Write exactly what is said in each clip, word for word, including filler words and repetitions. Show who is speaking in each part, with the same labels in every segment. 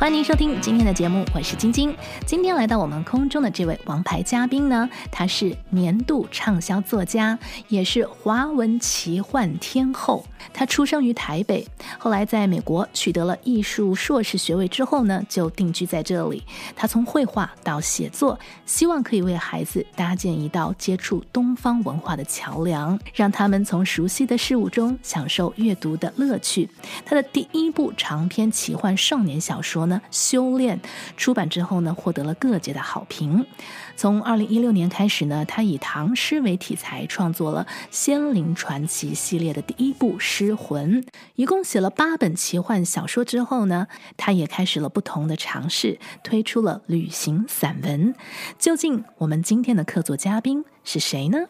Speaker 1: 欢迎您收听今天的节目，我是晶晶。今天来到我们空中的这位王牌嘉宾呢，他是年度畅销作家，也是华文奇幻天后。他出生于台北，后来在美国取得了艺术硕士学位之后呢，就定居在这里。他从绘画到写作，希望可以为孩子搭建一道接触东方文化的桥梁，让他们从熟悉的事物中享受阅读的乐趣。他的第一部长篇奇幻少年小说呢，《修炼》出版之后呢，获得了各界的好评。从二零一六年开始呢，他以唐诗为题材，创作了《仙灵传奇》系列的第一部《诗魂》。一共写了八本奇幻小说之后呢，他也开始了不同的尝试，推出了旅行散文。究竟我们今天的客座嘉宾是谁呢？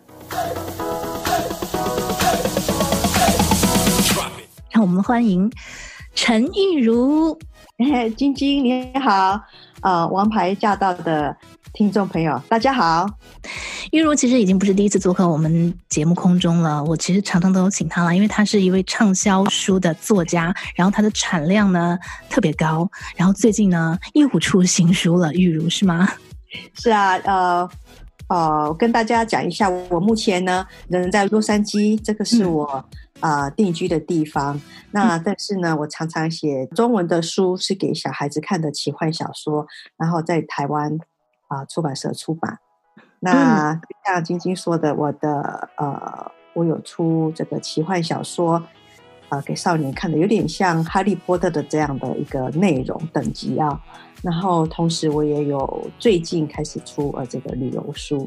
Speaker 1: 让我们欢迎陈玉如。
Speaker 2: 晶晶你好，呃，王牌驾到的听众朋友大家好。
Speaker 1: 玉如其实已经不是第一次做客我们节目空中了，我其实常常都有请她了，因为她是一位畅销书的作家，然后她的产量呢特别高，然后最近呢又出新书了。玉如是吗？
Speaker 2: 是啊，呃呃，跟大家讲一下，我目前呢人在洛杉矶，这个是我、嗯呃、定居的地方。那但是呢，我常常写中文的书，是给小孩子看的奇幻小说，然后在台湾啊、呃、出版社出版。那像晶晶说的，我的呃，我有出这个奇幻小说，呃，给少年看的，有点像哈利波特的这样的一个内容等级啊。然后同时我也有最近开始出呃这个旅游书。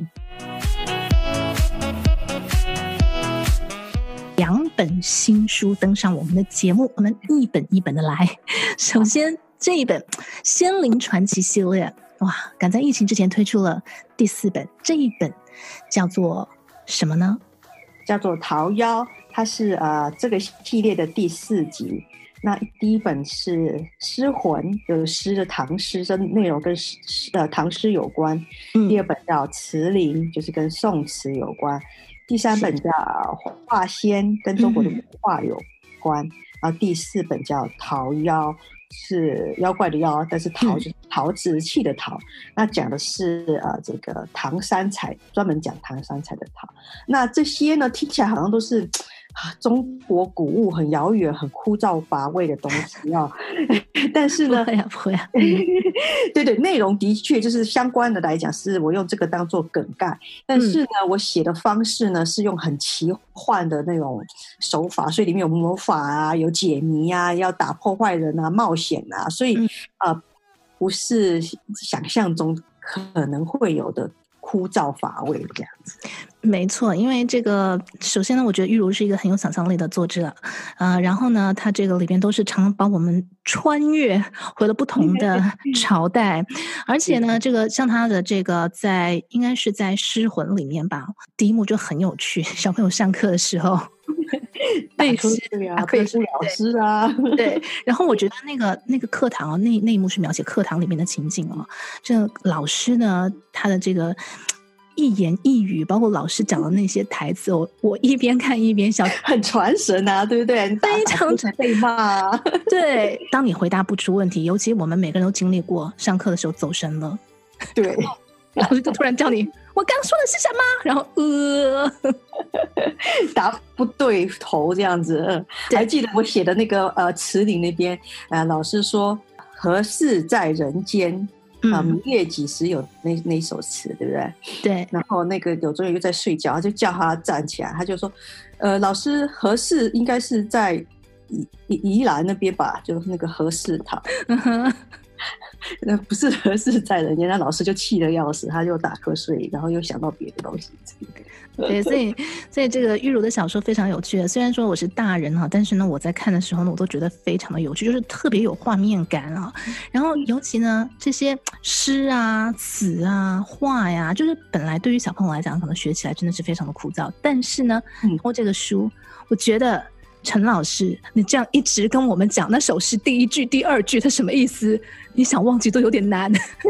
Speaker 1: 两本新书登上我们的节目，我们一本一本的来。首先这一本《仙灵传奇》系列，哇，赶在疫情之前推出了第四本，这一本叫做什么呢？
Speaker 2: 叫做《桃妖》，它是呃这个系列的第四集。那第一本是《诗魂》，就是诗的唐诗，这内容跟诗呃唐诗有关。嗯、第二本叫《词灵》，就是跟宋词有关。第三本叫《画仙》，跟中国的文化有关。嗯、然后第四本叫《桃妖》，是妖怪的妖，但是陶就是陶瓷器的陶。那讲的是呃这个唐三彩，专门讲唐三彩的陶。那这些呢，听起来好像都是中国古物，很遥远、很枯燥乏味的东西啊。但是呢，
Speaker 1: 不会啊，不会啊。
Speaker 2: 对对，内容的确就是相关的来讲，是我用这个当做梗概。但是呢，嗯、我写的方式呢，是用很奇幻的那种手法，所以里面有魔法啊，有解谜啊，要打破坏人啊，冒险啊，所以、嗯、呃，不是想象中可能会有的枯燥乏味这样子。
Speaker 1: 没错，因为这个首先呢，我觉得玉如是一个很有想象力的作者，呃，然后呢，他这个里边都是常常帮我们穿越回了不同的朝代，而且呢，这个像他的这个在应该是在《诗魂》里面吧，第一幕就很有趣，小朋友上课的时候。
Speaker 2: 背诗啊，背不了诗啊，
Speaker 1: 对。然后我觉得那个那个课堂啊，那那一幕是描写课堂里面的情景啊。这老师呢，他的这个一言一语，包括老师讲的那些台词，我我一边看一边笑，
Speaker 2: 很传神啊，对不对？
Speaker 1: 非常
Speaker 2: 被骂啊。对，
Speaker 1: 当你回答不出问题，尤其我们每个人都经历过上课的时候走神了，
Speaker 2: 对。
Speaker 1: 老师就突然叫你，我刚说的是什么？然后呃，
Speaker 2: 答不对头这样子。还记得我写的那个呃词里那边，呃老师说何事在人间啊？明月几时有那那一首词，对不对？
Speaker 1: 对。
Speaker 2: 然后那个有中人又在睡觉，他就叫他站起来，他就说，呃老师何事应该是在宜宜兰那边吧，就是那个何事堂。那不是何事在人间，那老师就气得要死，他就打瞌睡，然后又想到别的东西。
Speaker 1: 对，所以所以这个玉如的小说非常有趣。虽然说我是大人哈，但是呢，我在看的时候呢，我都觉得非常的有趣，就是特别有画面感啊。然后尤其呢，这些诗啊、词啊、画呀，就是本来对于小朋友来讲，可能学起来真的是非常的枯燥，但是呢，通过这个书，我觉得。陈老师，你这样一直跟我们讲那首诗第一句、第二句，它什么意思？你想忘记都有点难。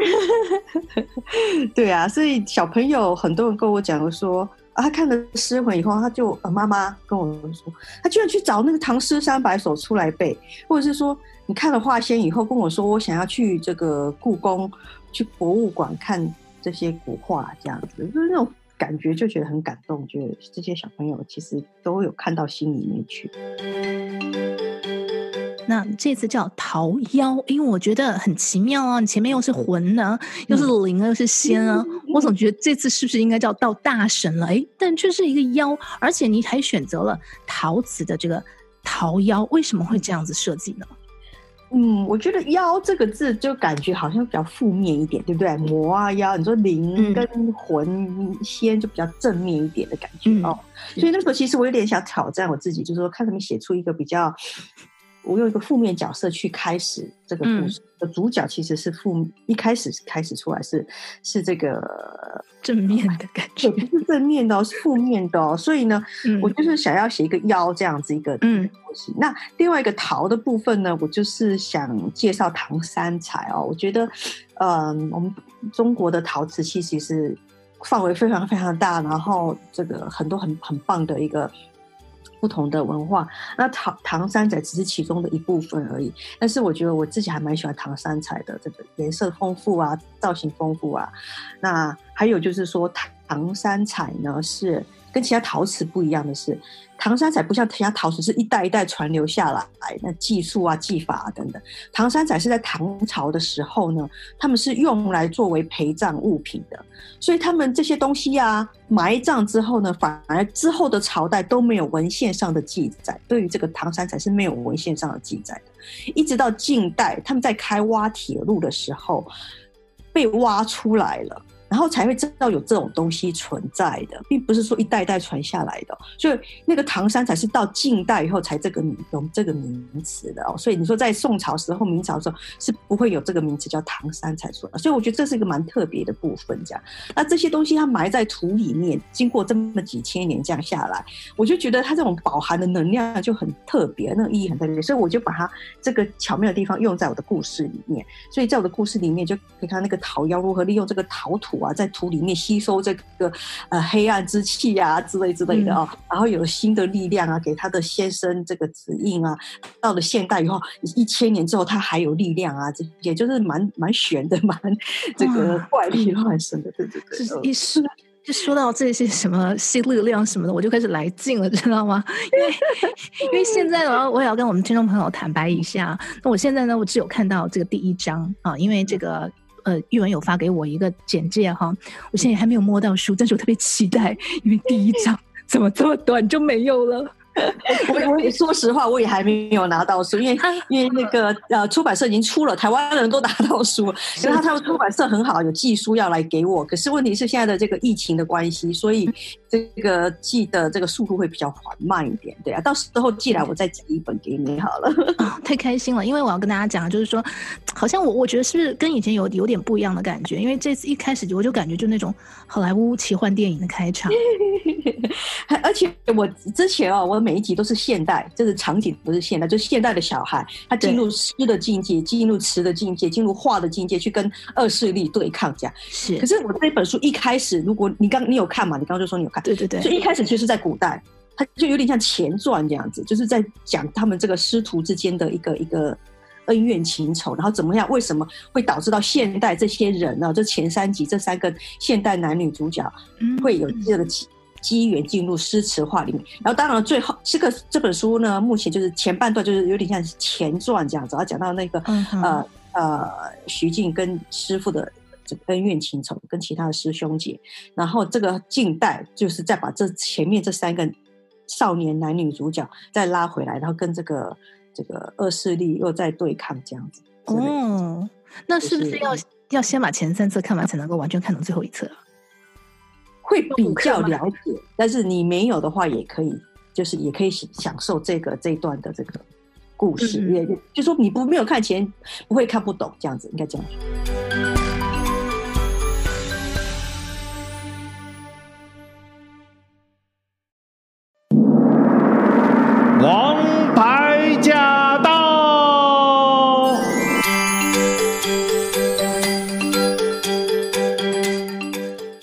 Speaker 2: 对啊，所以小朋友很多人跟我讲说，啊，他看了诗魂以后，他就呃妈妈跟我说，他居然去找那个唐诗三百首出来背，或者是说你看了画仙以后跟我说我想要去这个故宫去博物馆看这些古画，这样子就是那种感觉就觉得很感动，觉得这些小朋友其实都有看到心里面去。
Speaker 1: 那这次叫桃妖，因为我觉得很奇妙啊，你前面又是魂呢、啊，又是灵啊，又是仙啊，我总觉得这次是不是应该叫到大神了？哎，但却是一个妖，而且你还选择了陶瓷的这个桃妖，为什么会这样子设计呢？
Speaker 2: 嗯，我觉得妖这个字就感觉好像比较负面一点，对不对？魔啊妖，你说灵跟魂仙就比较正面一点的感觉、嗯、哦。所以那时候其实我有点想挑战我自己，就是说看他们写出一个比较，我用一个负面角色去开始这个故事。嗯、主角其实是负，一开始开始出来是是这个
Speaker 1: 正面的感觉，
Speaker 2: 不是正面的、哦，是负面的、哦。所以呢、嗯，我就是想要写一个妖这样子一个嗯东西。那另外一个陶的部分呢，我就是想介绍唐三彩哦。我觉得，嗯，我们中国的陶瓷其实是范围非常非常大，然后这个很多很很棒的一个不同的文化。那唐唐三彩只是其中的一部分而已，但是我觉得我自己还蛮喜欢唐三彩的，这个颜色丰富啊，造型丰富啊。那还有就是说唐三彩呢是跟其他陶瓷不一样的是，唐三彩不像其他陶瓷是一代一代传流下来，那技术啊技法啊等等，唐三彩是在唐朝的时候呢，他们是用来作为陪葬物品的，所以他们这些东西啊埋葬之后呢，反而之后的朝代都没有文献上的记载，对于这个唐三彩是没有文献上的记载的，一直到近代他们在开挖铁路的时候被挖出来了，然后才会知道有这种东西存在的，并不是说一代一代传下来的。所以那个唐三彩是到近代以后才这个有这个名词的哦。所以你说在宋朝时候、明朝的时候是不会有这个名词叫唐三彩出来，所以我觉得这是一个蛮特别的部分。这样，那这些东西它埋在土里面，经过这么几千年这样下来，我就觉得它这种饱含的能量就很特别，那个意义很特别，所以我就把它这个巧妙的地方用在我的故事里面。所以在我的故事里面就可以看那个桃妖如何利用这个陶土啊，在土里面吸收这个呃黑暗之气啊之类之类的啊、哦嗯，然后有了新的力量啊，给他的先生这个指引啊。到了现代以后，一千年之后，他还有力量啊，这也就是蛮蛮玄的，蛮这个怪力乱神的，对对对。
Speaker 1: 就是一说就说到这些什么新力量什么的，我就开始来劲了，知道吗？因为因为现在呢，我也要跟我们听众朋友坦白一下，那我现在呢，我只有看到这个第一章啊，因为这个。呃，玉文有发给我一个简介哈，我现在还没有摸到书，但是我特别期待，因为第一章怎么这么短就没有了。
Speaker 2: 我我也说实话，我也还没有拿到书，因为因为那个呃出版社已经出了，台湾人都拿到书，可是他他们出版社很好，有寄书要来给我，可是问题是现在的这个疫情的关系，所以这个寄的这个速度会比较缓慢一点，对啊，到时候寄来我再寄一本给你好了。
Speaker 1: 哦，太开心了，因为我要跟大家讲，就是说，好像我我觉得是不是跟以前有有点不一样的感觉，因为这次一开始我就感觉就那种好莱坞奇幻电影的开场，
Speaker 2: 而且我之前哦，我每一集都是现代，就是场景都是现代，就是现代的小孩，他进入诗的境界，进入词的境界，进入画的境界，去跟恶势力对抗这样。
Speaker 1: 是。
Speaker 2: 可是我这本书一开始，如果你刚你有看嘛，你刚刚就说你有看，
Speaker 1: 对对对，
Speaker 2: 所以一开始其实是在古代，它就有点像前传这样子，就是在讲他们这个师徒之间的一个一个恩怨情仇，然后怎么样，为什么会导致到现代这些人呢？这前三集这三个现代男女主角会有这个机缘进入诗词画里面，然后当然最后这个这本书呢，目前就是前半段就是有点像前传这样子，然后讲到那个、嗯、呃呃徐静跟师父的这个恩怨情仇，跟其他的师兄姐，然后这个近代就是再把这前面这三个少年男女主角再拉回来，然后跟这个这个恶势力又在对抗这样子。
Speaker 1: 哦，那是不是要、就是、要先把前三册看完才能够完全看懂最后一册啊？
Speaker 2: 会比较了解，但是你没有的话也可以，就是也可以享受这个这一段的这个故事，嗯、也就说你不没有看前不会看不懂这样子，应该这样说。
Speaker 3: 王牌驾到！
Speaker 1: 继续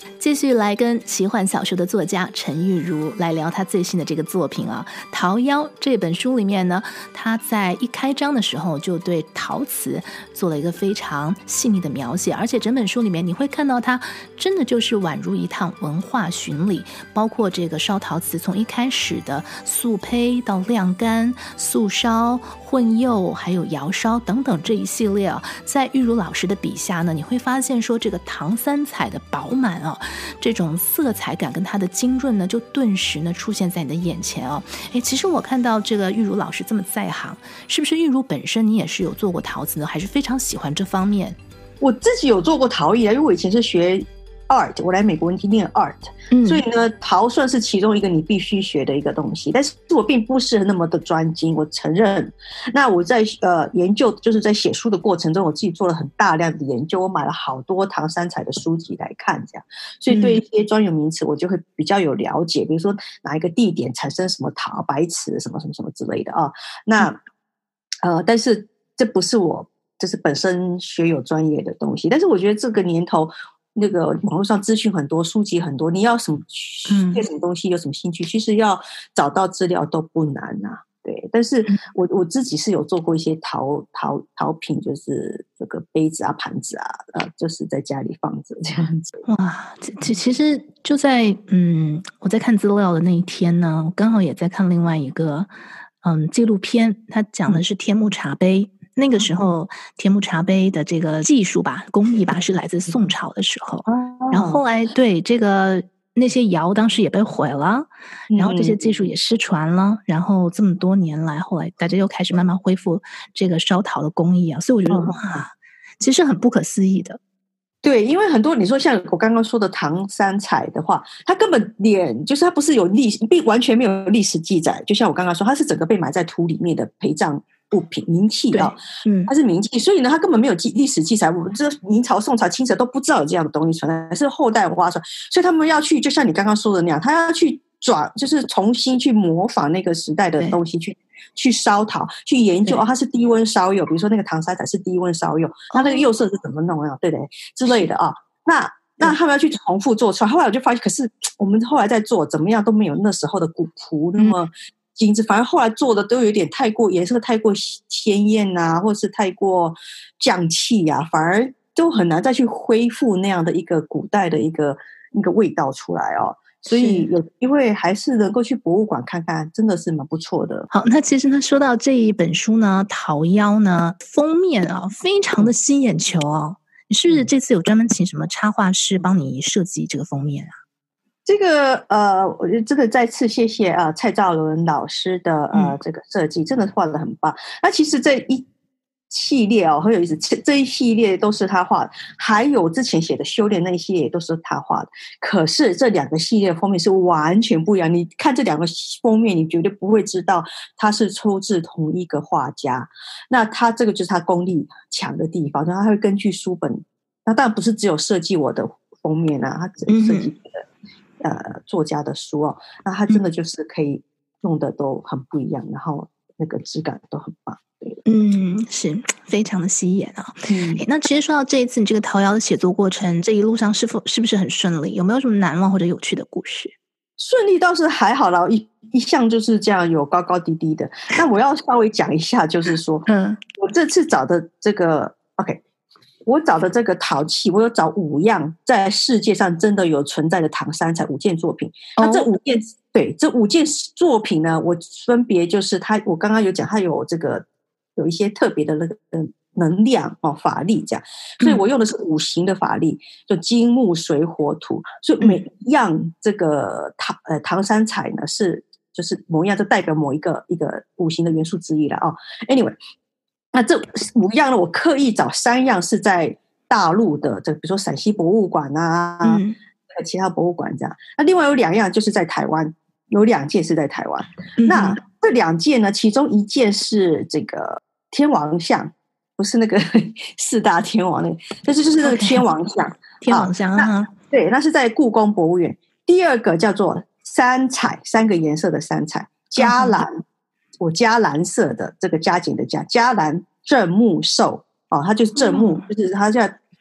Speaker 1: 续来跟奇幻小说的作家陈玉如来聊他最新的这个作品啊，《桃夭》这本书里面呢，他在一开章的时候就对陶瓷做了一个非常细腻的描写，而且整本书里面你会看到它真的就是宛如一趟文化巡礼，包括这个烧陶瓷从一开始的素胚到晾干、素烧、混釉还有窑烧等等这一系列啊，在玉如老师的笔下呢，你会发现说这个唐三彩的饱满啊，这种色彩感跟它的精润呢，就顿时呢出现在你的眼前啊。诶，其实我看到这个玉如老师这么在行，是不是玉如本身你也是有做过陶瓷呢？还是非常喜欢这方面？
Speaker 2: 我自己有做过陶艺啊，因为我以前是学 art， 我来美国念 art，嗯，所以呢，陶算是其中一个你必须学的一个东西。但是我并不是那么的专精，我承认。那我在呃研究，就是在写书的过程中，我自己做了很大量的研究，我买了好多唐三彩的书籍来看，这样，所以对一些专有名词我就会比较有了解，比如说哪一个地点产生什么陶白瓷什么什么什么之类的啊。那呃，但是这不是我就是本身学有专业的东西，但是我觉得这个年头。那个网络上资讯很多，书籍很多，你要什么学什么东西，有什么兴趣，其实要找到资料都不难啊。对，但是我我自己是有做过一些陶陶陶品，就是这个杯子啊、盘子啊，呃，就是在家里放着这样子。
Speaker 1: 哇，其其实就在嗯，我在看资料的那一天呢，刚好也在看另外一个嗯纪录片，它讲的是天目茶杯。嗯那个时候天目茶杯的这个技术吧工艺吧是来自宋朝的时候，然后后来对这个那些窑当时也被毁了，然后这些技术也失传了，然后这么多年来后来大家又开始慢慢恢复这个烧陶的工艺啊，所以我觉得哇其实很不可思议的。
Speaker 2: 对，因为很多你说像我刚刚说的唐三彩的话，它根本连就是它不是有历史，并完全没有历史记载，就像我刚刚说，它是整个被埋在土里面的陪葬物品名器啊，嗯，它是名器，所以呢，它根本没有记历史记载。我们这明朝、宋朝、清朝都不知道有这样的东西存在，是后代挖出来，所以他们要去，就像你刚刚说的那样，他要去转，就是重新去模仿那个时代的东西，去去烧陶，去研究哦，它是低温烧釉，比如说那个唐三彩是低温烧釉，它那个釉色是怎么弄啊，对不对之类的啊？那那他们要去重复做出来。后来我就发现，可是我们后来在做，怎么样都没有那时候的古朴那么。嗯精致，反而后来做的都有点太过颜色太过鲜艳啊，或者是太过匠气啊，反而都很难再去恢复那样的一个古代的一个那个味道出来哦。所以有机会还是能够去博物馆看看，真的是蛮不错的。
Speaker 1: 好，那其实呢，说到这一本书呢，《桃夭》呢，封面啊，非常的吸眼球哦。你是不是这次有专门请什么插画师帮你设计这个封面啊？
Speaker 2: 这个呃，我觉得真的再次谢谢啊、呃、蔡兆伦老师的呃这个设计，真的画得很棒。那其实这一系列哦很有意思，这一系列都是他画的，还有之前写的修炼那一系列也都是他画的。可是这两个系列封面是完全不一样，你看这两个封面，你绝对不会知道他是出自同一个画家。那他这个就是他功力强的地方，然后他会根据书本，那当然不是只有设计我的封面啊，他只设计的。嗯呃，作家的书哦，那他真的就是可以弄得都很不一样，然后那个质感都很棒。
Speaker 1: 嗯，是非常的吸眼啊。嗯，那其实说到这一次你这个桃夭的写作过程，这一路上是否是不是很顺利？有没有什么难忘或者有趣的故事？
Speaker 2: 顺利倒是还好啦，一一向就是这样有高高低低的。那我要稍微讲一下，就是说，嗯，我这次找的这个 OK。我找的这个陶器，我有找五样在世界上真的有存在的唐三彩五件作品。那这五件，对，这五件作品呢，我分别就是它，我刚刚有讲，它有这个有一些特别的那个能量哦，法力这样，所以我用的是五行的法力，就金木水火土，所以每一样这个唐呃唐三彩呢是就是某一样就代表某一个一个五行的元素之一了哦。Anyway。那这五样呢，我刻意找三样是在大陆的，这比如说陕西博物馆啊，嗯，其他博物馆这样。那另外有两样就是在台湾，有两件是在台湾。嗯、那这两件呢，其中一件是这个天王像，不是那个四大天王那个，但是就是那个天王像， okay,
Speaker 1: 天王像啊，
Speaker 2: 那对，那是在故宫博物院。第二个叫做三彩，三个颜色的三彩，加蓝。嗯我加蓝色的这个加紧的加加蓝正木寿哦，它就是正木，就是它叫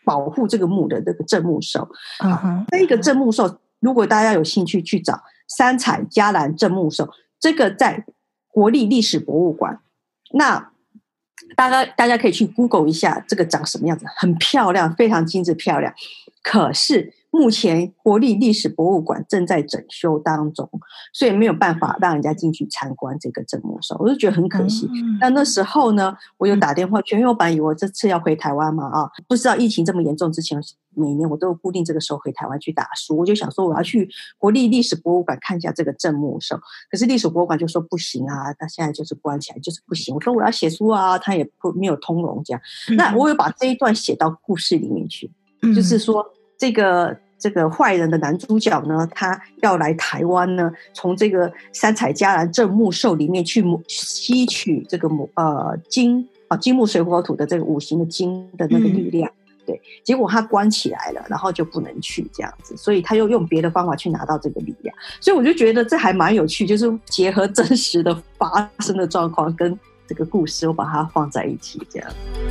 Speaker 2: 保护这个墓的这个镇墓兽。
Speaker 1: 嗯哼，
Speaker 2: 这个镇墓兽，如果大家有兴趣去找三彩嘉兰镇墓兽，这个在国立历史博物馆，那大家大家可以去 Google 一下这个长什么样子，很漂亮，非常精致漂亮。可是目前国立历史博物馆正在整修当中，所以没有办法让人家进去参观这个镇墓兽，我就觉得很可惜。嗯、那那时候呢，我有打电话，因为我本来以为我这次要回台湾嘛，啊，不知道疫情这么严重之前，每年我都有固定这个时候回台湾去打书，我就想说我要去国立历史博物馆看一下这个镇墓兽，可是历史博物馆就说不行啊，他现在就是关起来，就是不行。我说我要写书啊，他也不没有通融这样。嗯、那我有把这一段写到故事里面去，嗯、就是说这个。这个坏人的男主角呢，他要来台湾呢，从这个三彩嘉兰镇墓兽里面去吸取这个呃金啊金木水火土的这个五行的金的那个力量，嗯、对，结果他关起来了，然后就不能去这样子，所以他又用别的方法去拿到这个力量，所以我就觉得这还蛮有趣，就是结合真实的发生的状况跟这个故事，我把它放在一起这样。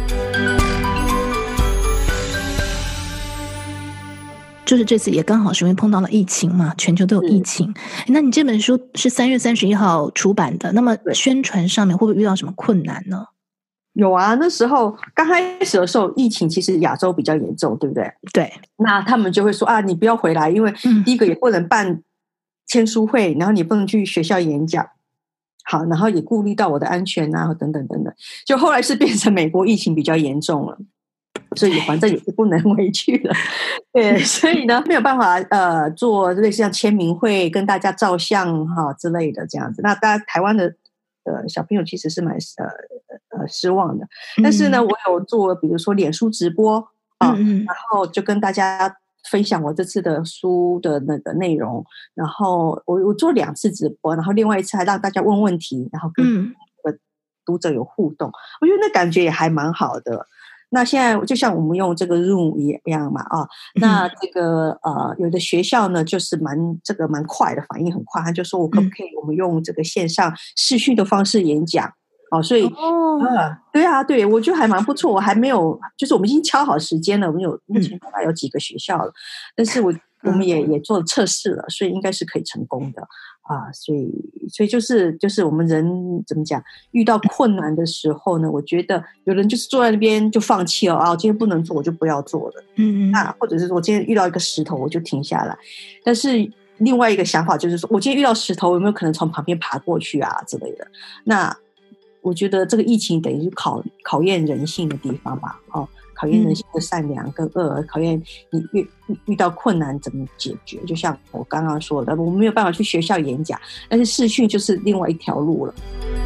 Speaker 1: 就是这次也刚好是因为碰到了疫情嘛，全球都有疫情。那你这本书是三月三十一号出版的，那么宣传上面会不会遇到什么困难呢？
Speaker 2: 有啊，那时候刚开始的时候，疫情其实亚洲比较严重，对不对？
Speaker 1: 对。
Speaker 2: 那他们就会说啊，你不要回来，因为第一个也不能办签书会，然后你不能去学校演讲。好，然后也顾虑到我的安全啊，等等等等。就后来是变成美国疫情比较严重了。所以反正也是不能回去了，对，所以呢没有办法呃做类似像签名会跟大家照相哈之类的这样子。那大家台湾的呃小朋友其实是蛮呃呃失望的，但是呢、嗯、我有做比如说脸书直播啊、嗯，然后就跟大家分享我这次的书的那个内容，然后我我做两次直播，然后另外一次还让大家问问题，然后跟读者有互动，我觉得那感觉也还蛮好的。那现在就像我们用这个 Zoom 一样嘛，啊，那这个呃，有的学校呢就是蛮这个蛮快的，反应很快，他就说我可不可以我们用这个线上视讯的方式演讲，哦，所以哦、呃，对啊，对，我觉得还蛮不错，我还没有，就是我们已经敲好时间了，我们有目前大概有几个学校了，但是我我们也也做了测试了，所以应该是可以成功的。啊，所以，所以就是就是我们人怎么讲，遇到困难的时候呢，我觉得有人就是坐在那边就放弃了啊，我今天不能做，我就不要做了。嗯嗯。那或者是说我今天遇到一个石头，我就停下来。但是另外一个想法就是说，我今天遇到石头，有没有可能从旁边爬过去啊之类的？那我觉得这个疫情等于是考考验人性的地方吧，哦。考验人性的善良跟恶，考验你遇遇到困难怎么解决。就像我刚刚说的，我们没有办法去学校演讲，但是视讯就是另外一条路了。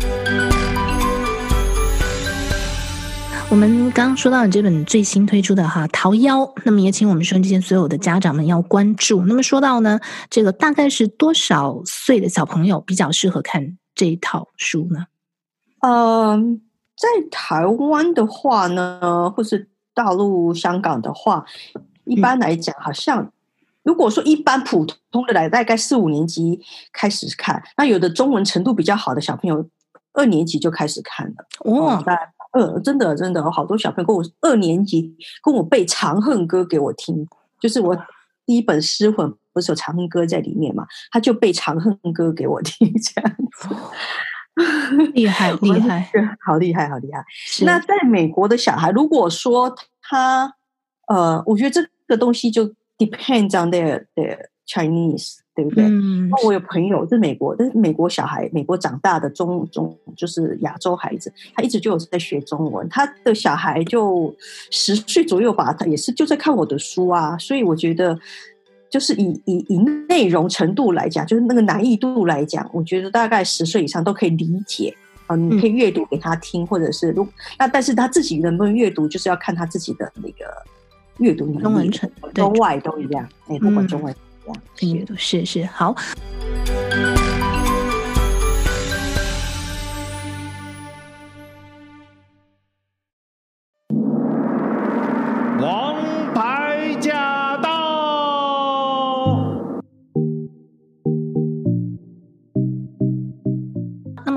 Speaker 1: 我们刚刚说到你这本最新推出的哈《桃夭》，那么也请我们收音机前所有的家长们要关注。那么说到呢，这个大概是多少岁的小朋友比较适合看这一套书呢？
Speaker 2: 嗯，在台湾的话呢，或是大陆、香港的话，一般来讲，好像如果说一般普通的来，大概四五年级开始看，那有的中文程度比较好的小朋友，二年级就开始看了。哦，大概呃，真的真的，好多小朋友跟我二年级跟我背《长恨歌》给我听，就是我第一本诗魂不是有《长恨歌》在里面嘛，他就背《长恨歌》给我听，这样子。
Speaker 1: 厉害厉害，
Speaker 2: 好厉害好厉害。那在美国的小孩，如果说他呃，我觉得这个东西就 depends on their their Chinese， 对不对？嗯，我有朋友是美国，但是美国小孩，美国长大的中中就是亚洲孩子，他一直就有在学中文，他的小孩就十岁左右吧，他也是就在看我的书啊，所以我觉得。就是以以以内容程度来讲，就是那个难易度来讲，我觉得大概十岁以上都可以理解啊、呃。你可以阅读给他听，嗯、或者是如那但是他自己能不能阅读，就是要看他自己的那个阅读能力。
Speaker 1: 中文程度、
Speaker 2: 中外都一样，哎、嗯，不管中外都一样。
Speaker 1: 阅读是是好。
Speaker 3: 王牌驾到！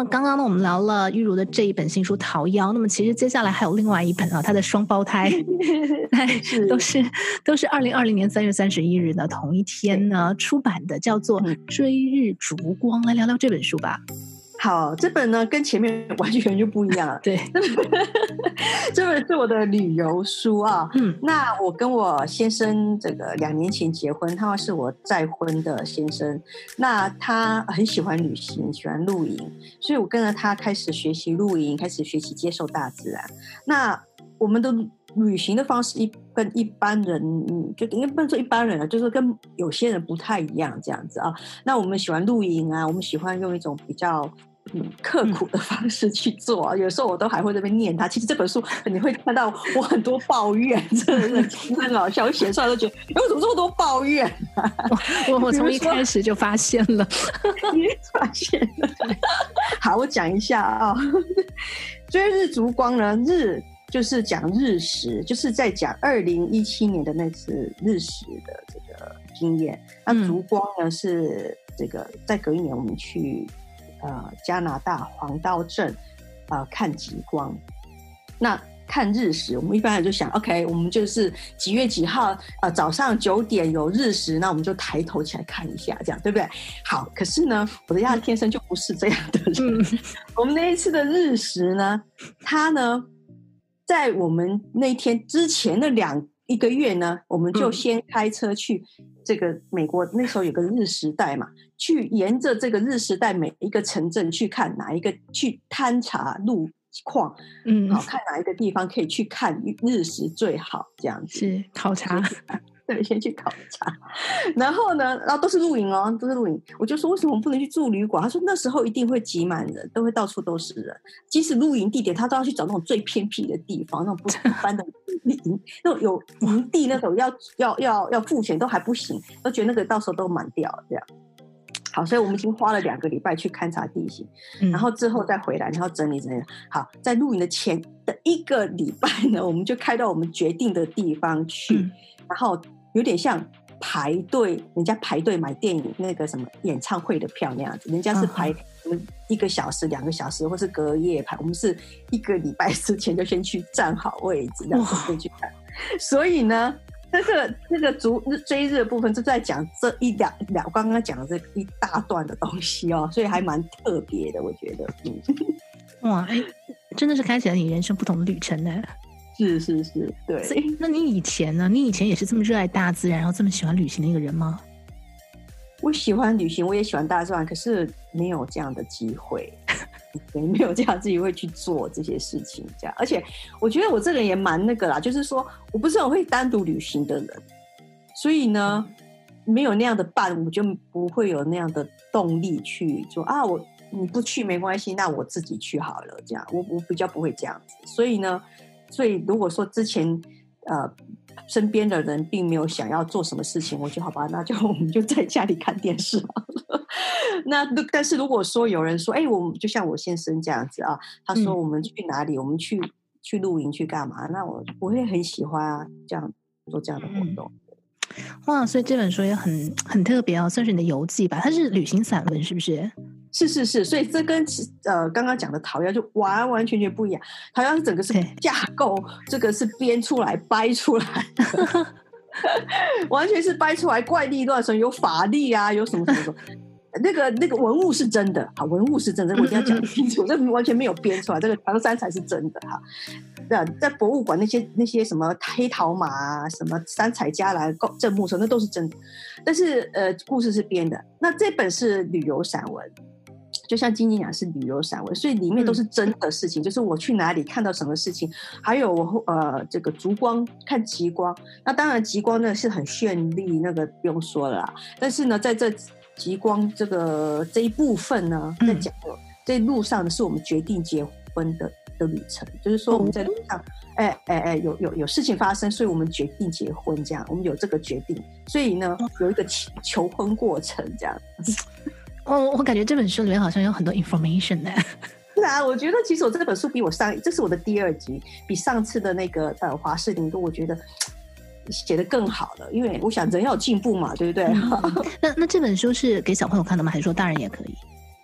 Speaker 1: 刚刚呢我们聊了玉如的这一本新书《桃夭》，那么其实接下来还有另外一本啊，她的双胞胎都是都是二零二零年三月三十一日的同一天呢出版的，叫做《追日烛光》。来聊聊这本书吧。
Speaker 2: 好，这本呢跟前面完全就不一样了。
Speaker 1: 对，
Speaker 2: 这本是我的旅游书啊。
Speaker 1: 嗯，那
Speaker 2: 我跟我先生这个两年前结婚，他是我再婚的先生。那他很喜欢旅行，喜欢露营，所以我跟着他开始学习露营，开始学习接受大自然。那我们的旅行的方式一跟一般人，嗯，就应该不能说一般人了，就是跟有些人不太一样这样子啊。那我们喜欢露营啊，我们喜欢用一种比较嗯刻苦的方式去做啊。有时候我都还会在那边念他。其实这本书你会看到我很多抱怨，真的是很好笑，我写出来都觉得为什么这么多抱怨啊？
Speaker 1: 我我从一开始就发现了，
Speaker 2: 你发现了。好，我讲一下啊，追日烛光呢，日。就是讲日食，就是在讲二零一七年的那次日食的这个经验。那烛光呢、嗯、是这个在隔一年我们去呃加拿大黄刀镇呃看极光。那看日食，我们一般人就想 ，OK， 我们就是几月几号呃早上九点有日食，那我们就抬头起来看一下，这样对不对？好，可是呢，我的家天生就不是这样的人。嗯、我们那一次的日食呢，它呢。在我们那天之前的两一个月呢，我们就先开车去这个美国，那时候有个日食带嘛，去沿着这个日食带每一个城镇去看哪一个，去勘察路况，嗯，好看哪一个地方可以去看日食最好，这样子
Speaker 1: 是考察。
Speaker 2: 对，先去考察，然后呢，然后都是露营哦，都是露营。我就说为什么我们不能去住旅馆？他说那时候一定会挤满人，都会到处都是人。即使露营地点，他都要去找那种最偏僻的地方，那种不一般的营，那种有营地那种要要要要付钱都还不行，都觉得那个到时候都满掉这样。好，所以我们已经花了两个礼拜去勘察地形，嗯、然后之后再回来，然后整理整理。好，在露营的前的一个礼拜呢，我们就开到我们决定的地方去，嗯、然后。有点像排队，人家排队买电影那个什么演唱会的票那样子，人家是排我们一个小时、两个小时，或是隔夜排。我们是一个礼拜之前就先去站好位置，然后再去看。所以呢，这个这个逐日追日的部分就在讲这一两两刚刚讲的这一大段的东西哦，所以还蛮特别的，我觉得。嗯，
Speaker 1: 哇，哎，真的是开启了你人生不同的旅程呢。
Speaker 2: 是是是，对。
Speaker 1: 所以，那你以前呢？你以前也是这么热爱大自然，然后这么喜欢旅行的一个人吗？
Speaker 2: 我喜欢旅行，我也喜欢大自然，可是没有这样的机会，没有这样自己会去做这些事情，这样。而且，我觉得我这个人也蛮那个啦，就是说我不是很会单独旅行的人，所以呢，没有那样的伴，我就不会有那样的动力去说啊，我你不去没关系，那我自己去好了，这样。我我比较不会这样子，所以呢。所以如果说之前呃身边的人并没有想要做什么事情，我就好吧，那就我们就在家里看电视好了。那但是如果说有人说，哎、欸，我们就像我先生这样子啊，他说我们去哪里，嗯、我们去去露营去干嘛？那我我会很喜欢啊，这样做这样的活动。
Speaker 1: 嗯、哇，所以这本书也很很特别哦，算是你的游记吧？它是旅行散文，是不是？
Speaker 2: 是是是，所以这跟呃刚刚讲的桃夭就完完全全不一样。桃夭是整个是架构，这个是编出来掰出来的，完全是掰出来怪力乱神，有法力啊，有什么什么什么。那个那个文物是真的，好，文物是真的，我一定要讲清楚，这完全没有编出来，这个唐山才是真的哈。对，在博物馆那些那些什么黑桃马啊，什么三彩家来郑木车，那都是真的，但是呃，故事是编的。那这本是旅游散文。就像金金讲是旅游散文，所以里面都是真的事情，嗯、就是我去哪里看到什么事情，还有我呃这个烛光看极光。那当然极光呢是很绚丽，那个不用说了啦。但是呢，在这极光这个这一部分呢，在讲的、嗯、这路上呢，是我们决定结婚的的旅程，就是说我们在路上，哎哎哎，有有有事情发生，所以我们决定结婚，这样我们有这个决定，所以呢有一个求婚过程这样。
Speaker 1: 哦，我感觉这本书里面好像有很多 information 呢。
Speaker 2: 是啊，我觉得其实我这本书比我上，这是我的第二集，比上次的那个呃华氏零度，我觉得写得更好了，因为我想人要有进步嘛，对不对？
Speaker 1: 嗯、那那这本书是给小朋友看的吗？还是说大人也可以？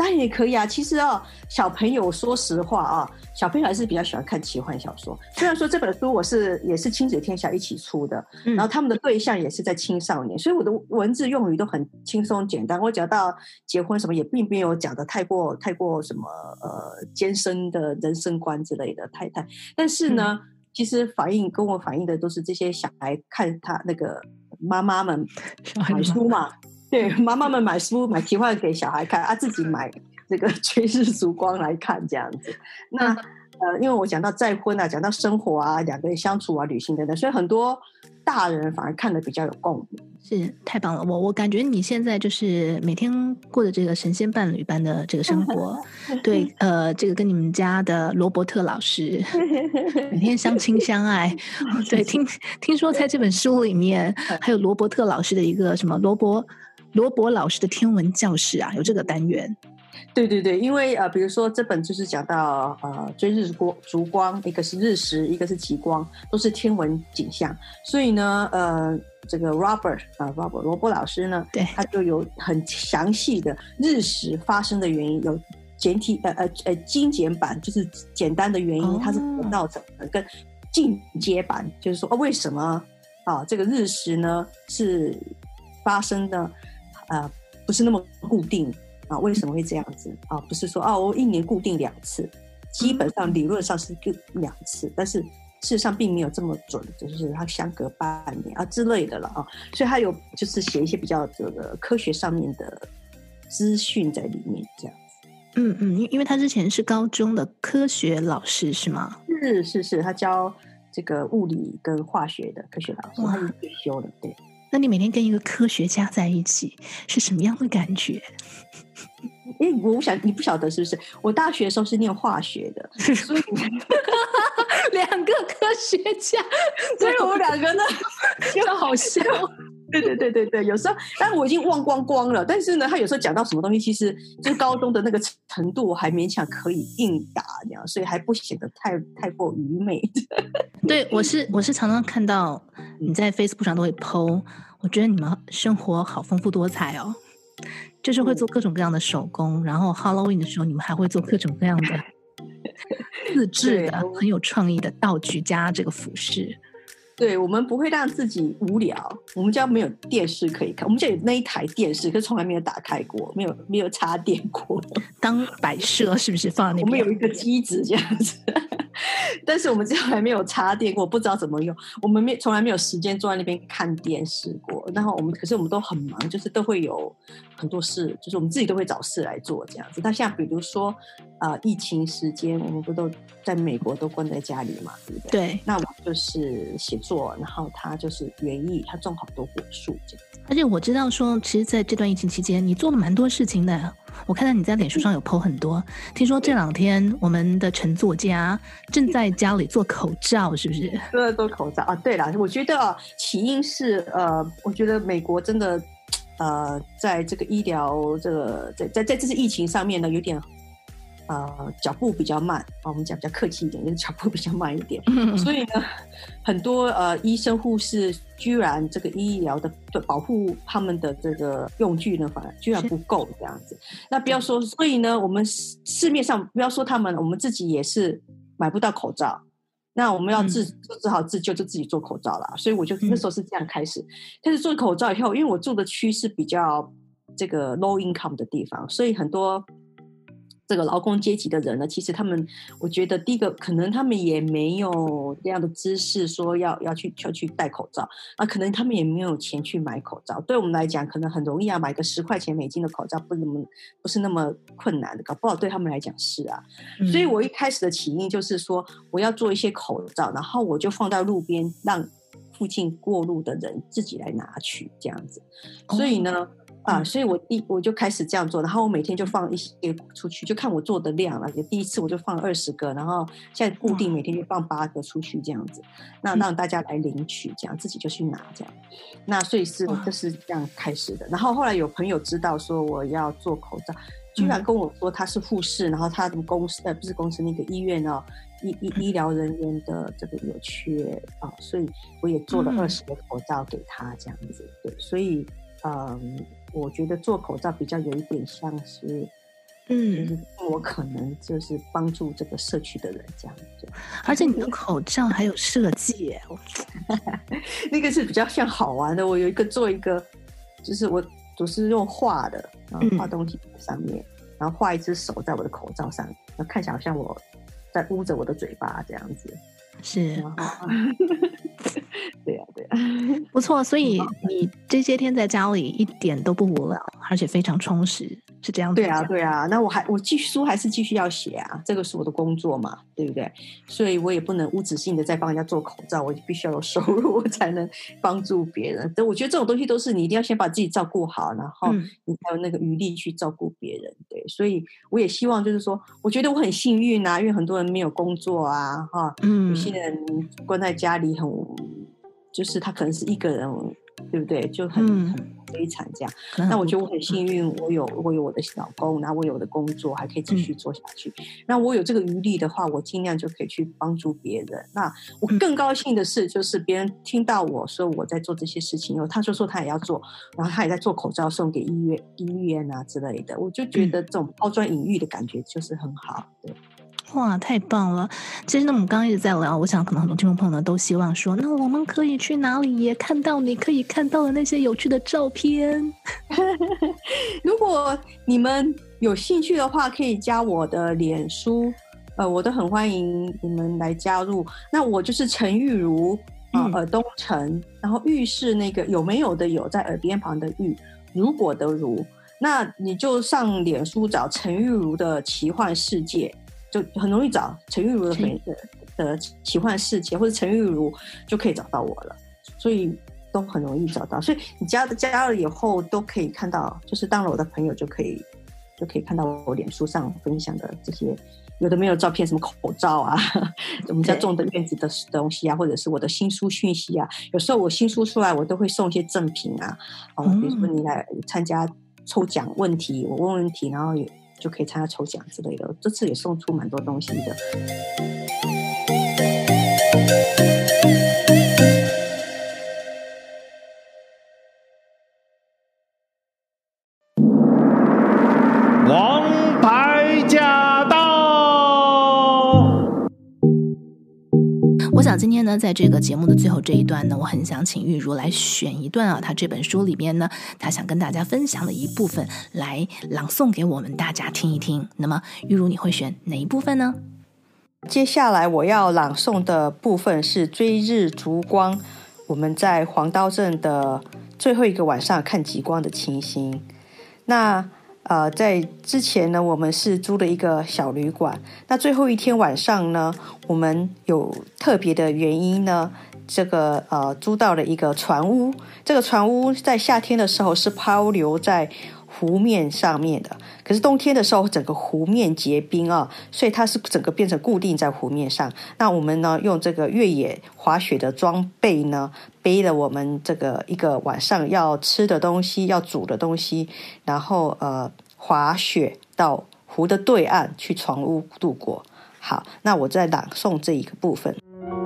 Speaker 2: 当然也可以啊。其实哦，小朋友说实话啊，小朋友还是比较喜欢看奇幻小说。虽然说这本书我是也是亲子天下一起出的，嗯、然后他们的对象也是在青少年，所以我的文字用语都很轻松简单。我讲到结婚什么也并没有讲的太过太过什么呃艰深的人生观之类的，太太。但是呢，嗯、其实反映跟我反映的都是这些小孩看他那个妈妈们买书嘛。对，妈妈们买书买奇幻给小孩看啊，自己买这个追日烛光来看这样子。那呃，因为我讲到再婚啊，讲到生活啊，两个人相处啊，旅行等等，所以很多大人反而看得比较有共鸣。
Speaker 1: 是，太棒了！我我感觉你现在就是每天过着这个神仙伴侣般的这个生活，对，呃，这个跟你们家的罗伯特老师每天相亲相爱。对，听听说在这本书里面还有罗伯特老师的一个什么罗伯。罗伯老师的天文教室啊，有这个单元。
Speaker 2: 对对对，因为呃，比如说这本就是讲到呃追日烛光，一个是日食，一个是极光，都是天文景象。所以呢，呃，这个 Robert 啊、呃、，Robert 罗伯老师呢，
Speaker 1: 对，
Speaker 2: 他就有很详细的日食发生的原因，有简体呃呃呃精简版，就是简单的原因，它是怎么造成的，跟进阶版，就是说哦，为什么啊这个日食呢是发生的？呃，不是那么固定啊？为什么会这样子啊？不是说哦，我一年固定两次，基本上理论上是两次，但是事实上并没有这么准，就是它相隔半年啊之类的了啊。所以他有就是写一些比较这个科学上面的资讯在里面，这样子。
Speaker 1: 嗯嗯，因为他之前是高中的科学老师是吗？
Speaker 2: 是是是，他教这个物理跟化学的科学老师，他已经退休了，对。
Speaker 1: 那你每天跟一个科学家在一起是什么样的感觉？
Speaker 2: 因为我想你不晓得是不是？我大学的时候是念化学的，所以
Speaker 1: 两个科学家，
Speaker 2: 所以我们两个呢
Speaker 1: 就好笑。
Speaker 2: 对对对对对，有时候，但我已经忘光光了。但是呢，他有时候讲到什么东西，其实就高中的那个程度，我还勉强可以应答这样，所以还不显得太太过愚昧。
Speaker 1: 对，我是我是常常看到你在 Facebook 上都会 po， 我觉得你们生活好丰富多彩哦，就是会做各种各样的手工，嗯、然后 Halloween 的时候，你们还会做各种各样的自制的、很有创意的道具加这个服饰。
Speaker 2: 对，我们不会让自己无聊，我们家没有电视可以看，我们家有那一台电视，可是从来没有打开过，没有没有插电过，
Speaker 1: 当摆设是不是放在那边？
Speaker 2: 我们有一个机子这样子，但是我们从来没有插电过，不知道怎么用，我们没从来没有时间坐在那边看电视过。然后我们可是我们都很忙，就是都会有很多事，就是我们自己都会找事来做这样子。那像比如说呃疫情时间，我们不都在美国都关在家里嘛，对不对？
Speaker 1: 对。
Speaker 2: 那我就是写作，然后他就是园艺，他种好多果树这样。
Speaker 1: 而且我知道说，其实在这段疫情期间，你做了蛮多事情的。我看到你在脸书上有 po 很多，听说这两天我们的陈作家正在家里做口罩，是不是？
Speaker 2: 对，做口罩啊。对啦，我觉得、啊、起因是呃，我觉得美国真的呃，在这个医疗这个在在在这次疫情上面呢，有点。呃，脚步比较慢啊，我们讲比较客气一点，就是脚步比较慢一点。嗯、所以呢，很多呃医生护士居然这个医疗的保护他们的这个用具呢，反而居然不够这样子。那不要说，所以呢，我们市面上不要说他们，我们自己也是买不到口罩。那我们要自、嗯、就只好自救，就自己做口罩啦。所以我就那时候是这样开始，开始做口罩以后，因为我住的区是比较这个 low income 的地方，所以很多。这个劳工阶级的人呢，其实他们，我觉得第一个可能他们也没有这样的知识，说要要去要去戴口罩啊，可能他们也没有钱去买口罩。对我们来讲，可能很容易啊，买个十块钱美金的口罩不那么不是那么困难的，搞不好对他们来讲是啊。嗯、所以我一开始的起因就是说，我要做一些口罩，然后我就放到路边，让附近过路的人自己来拿取这样子。所以呢。哦啊，所以我第我就开始这样做，然后我每天就放一些出去，就看我做的量了。第一次我就放二十个，然后现在固定每天就放八个出去这样子，那让大家来领取，这样自己就去拿这样。那所以是就是这样开始的。然后后来有朋友知道说我要做口罩，居然跟我说他是护士，然后他的公司呃不是公司那个医院哦，医医医疗人员的这个有缺啊，所以我也做了二十个口罩给他这样子。对，所以嗯。我觉得做口罩比较有一点像是嗯，就是我可能就是帮助这个社区的人这样子。
Speaker 1: 而且你的口罩还有设计耶，
Speaker 2: 那个是比较像好玩的。我有一个做一个，就是我我是用画的，然后画东西在上面，嗯、然后画一只手在我的口罩上，然后看起来好像我在捂着我的嘴巴这样子。
Speaker 1: 是，
Speaker 2: 对呀、啊、对呀、啊，
Speaker 1: 不错。所以你这些天在家里一点都不无聊，而且非常充实，是这样子。
Speaker 2: 对啊对啊，那我还我继续书还是继续要写啊，这个是我的工作嘛，对不对？所以我也不能无止境的在帮人家做口罩，我必须要有收入，我才能帮助别人。但我觉得这种东西都是你一定要先把自己照顾好，然后你才有那个余力去照顾别人。对，所以我也希望就是说，我觉得我很幸运啊，因为很多人没有工作啊，哈，嗯，有些人关在家里很，就是他可能是一个人，对不对？就很、嗯、很悲惨这样。那我觉得我很幸运，我有我有我的老公，然后我有我的工作，还可以继续做下去。嗯、那我有这个余力的话，我尽量就可以去帮助别人。那我更高兴的是，就是别人听到我说我在做这些事情，他就说他也要做，然后他也在做口罩送给医院医院啊之类的。我就觉得这种抛砖引玉的感觉就是很好，对。
Speaker 1: 哇，太棒了！其实呢，我们刚刚一直在聊，我想可能很多听众朋友呢都希望说，那我们可以去哪里也看到你可以看到的那些有趣的照片。
Speaker 2: 如果你们有兴趣的话，可以加我的脸书，呃，我都很欢迎你们来加入。那我就是陈玉如啊、呃嗯，耳东陈，然后玉是那个有没有的有，在耳边旁的玉，如果的如，那你就上脸书找陈玉如的奇幻世界。就很容易找陈玉如 的, 的奇幻世界，或者陈玉如就可以找到我了，所以都很容易找到。所以你加了加了以后都可以看到，就是当了我的朋友就可以就可以看到我脸书上分享的这些有的没有照片，什么口罩啊，我们家种的院子的东西啊，或者是我的新书讯息啊。有时候我新书出来，我都会送一些赠品啊，哦，比如说你来参加抽奖问题，我问问题，然后也就可以参加抽奖之类的。这次也送出蛮多东西的。
Speaker 3: 王牌驾到！
Speaker 1: 我想今天呢，在这个节目的最后这一段呢，我很想请玉如来选一段啊，他这本书里面呢，他想跟大家分享的一部分来朗诵给我们大家听一听。那么玉如你会选哪一部分呢？
Speaker 2: 接下来我要朗诵的部分是追日烛光，我们在黄刀镇的最后一个晚上看极光的情形。那呃，在之前呢，我们是租了一个小旅馆。那最后一天晚上呢，我们有特别的原因呢，这个呃租到了一个船屋。这个船屋在夏天的时候是漂流在湖面上面的，可是冬天的时候整个湖面结冰啊，所以它是整个变成固定在湖面上。那我们呢，用这个越野滑雪的装备呢，背了我们这个一个晚上要吃的东西，要煮的东西，然后呃滑雪到湖的对岸去船屋度过。好，那我再朗诵这一个部分。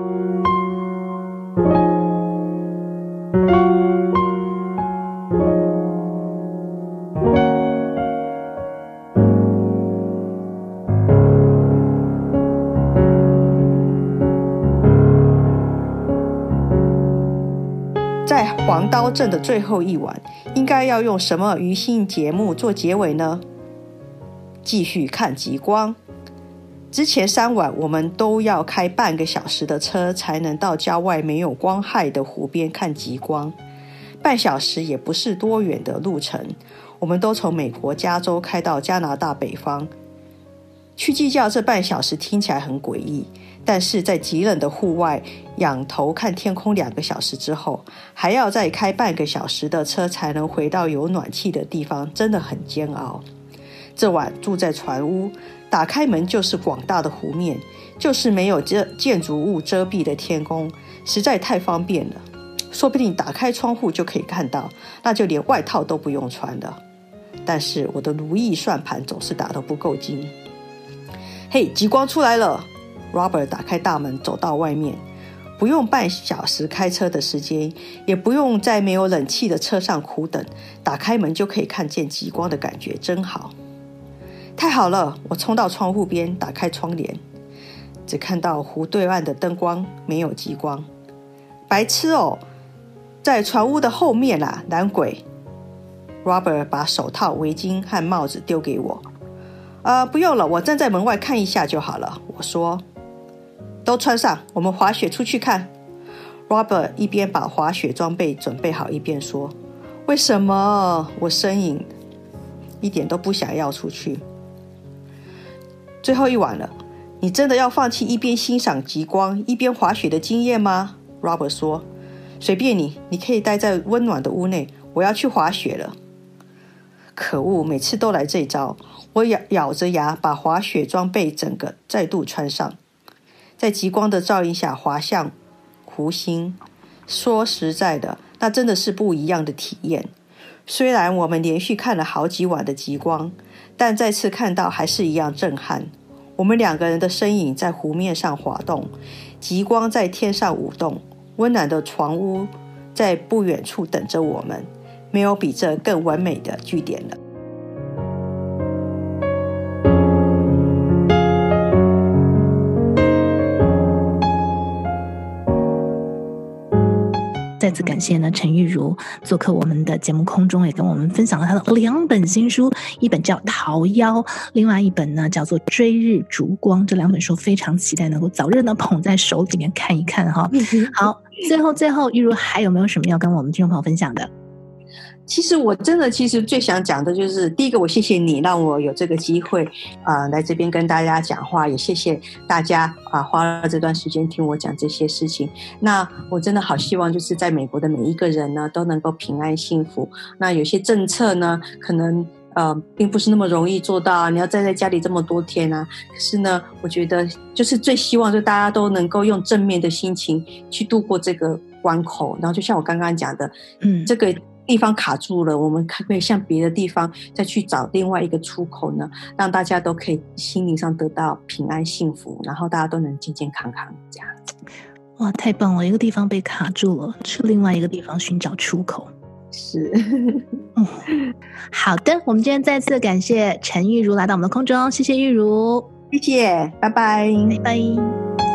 Speaker 2: 黄刀镇的最后一晚，应该要用什么娱乐节目做结尾呢？继续看极光。之前三晚我们都要开半个小时的车才能到郊外没有光害的湖边看极光，半小时也不是多远的路程。我们都从美国加州开到加拿大北方，去计较这半小时听起来很诡异，但是在极冷的户外仰头看天空两个小时之后，还要再开半个小时的车才能回到有暖气的地方，真的很煎熬。这晚住在船屋，打开门就是广大的湖面，就是没有建筑物遮蔽的天空，实在太方便了。说不定打开窗户就可以看到，那就连外套都不用穿了。但是我的如意算盘总是打得不够精。嘿，极光出来了！ Robert 打开大门走到外面，不用半小时开车的时间，也不用在没有冷气的车上苦等，打开门就可以看见极光的感觉真好。 太好了，我冲到窗户边，打开窗帘，只看到湖对岸的灯光，没有极光。白痴哦，在船屋的后面啦，懒鬼。Robert 把手套、围巾和帽子丢给我。呃，不用了，我站在门外看一下就好了。我说，都穿上，我们滑雪出去看。Robert 一边把滑雪装备准备好，一边说，为什么？我呻吟，一点都不想要出去。最后一晚了，你真的要放弃一边欣赏极光一边滑雪的经验吗？ Robert 说，随便你，你可以待在温暖的屋内，我要去滑雪了。可恶，每次都来这招。我咬咬着牙把滑雪装备整个再度穿上，在极光的照映下滑向湖心。说实在的，那真的是不一样的体验。虽然我们连续看了好几晚的极光，但再次看到还是一样震撼。我们两个人的身影在湖面上滑动，极光在天上舞动，温暖的床屋在不远处等着我们，没有比这更完美的句点了。
Speaker 1: 再次感谢呢陈玉如做客我们的节目空中，也跟我们分享了他的两本新书，一本叫《桃夭》，另外一本呢叫做《追日烛光》。这两本书非常期待能够早日呢捧在手里面看一看哈。好，最后最后玉如还有没有什么要跟我们听众朋友分享的？
Speaker 2: 其实我真的其实最想讲的就是第一个，我谢谢你让我有这个机会啊、呃、来这边跟大家讲话，也谢谢大家啊、呃、花了这段时间听我讲这些事情。那我真的好希望就是在美国的每一个人呢都能够平安幸福。那有些政策呢可能呃并不是那么容易做到啊，你要待在家里这么多天啊，可是呢我觉得就是最希望就大家都能够用正面的心情去度过这个关口。然后就像我刚刚讲的，嗯，这个地方卡住了，我们可不可以向别的地方再去找另外一个出口呢？让大家都可以心灵上得到平安幸福，然后大家都能健健康康这样子。
Speaker 1: 哇，太棒了！一个地方被卡住了，去另外一个地方寻找出口。
Speaker 2: 是
Speaker 1: 嗯，好的，我们今天再次感谢陈玉如来到我们的空中，谢谢玉如，
Speaker 2: 谢谢，拜拜，
Speaker 1: 拜拜。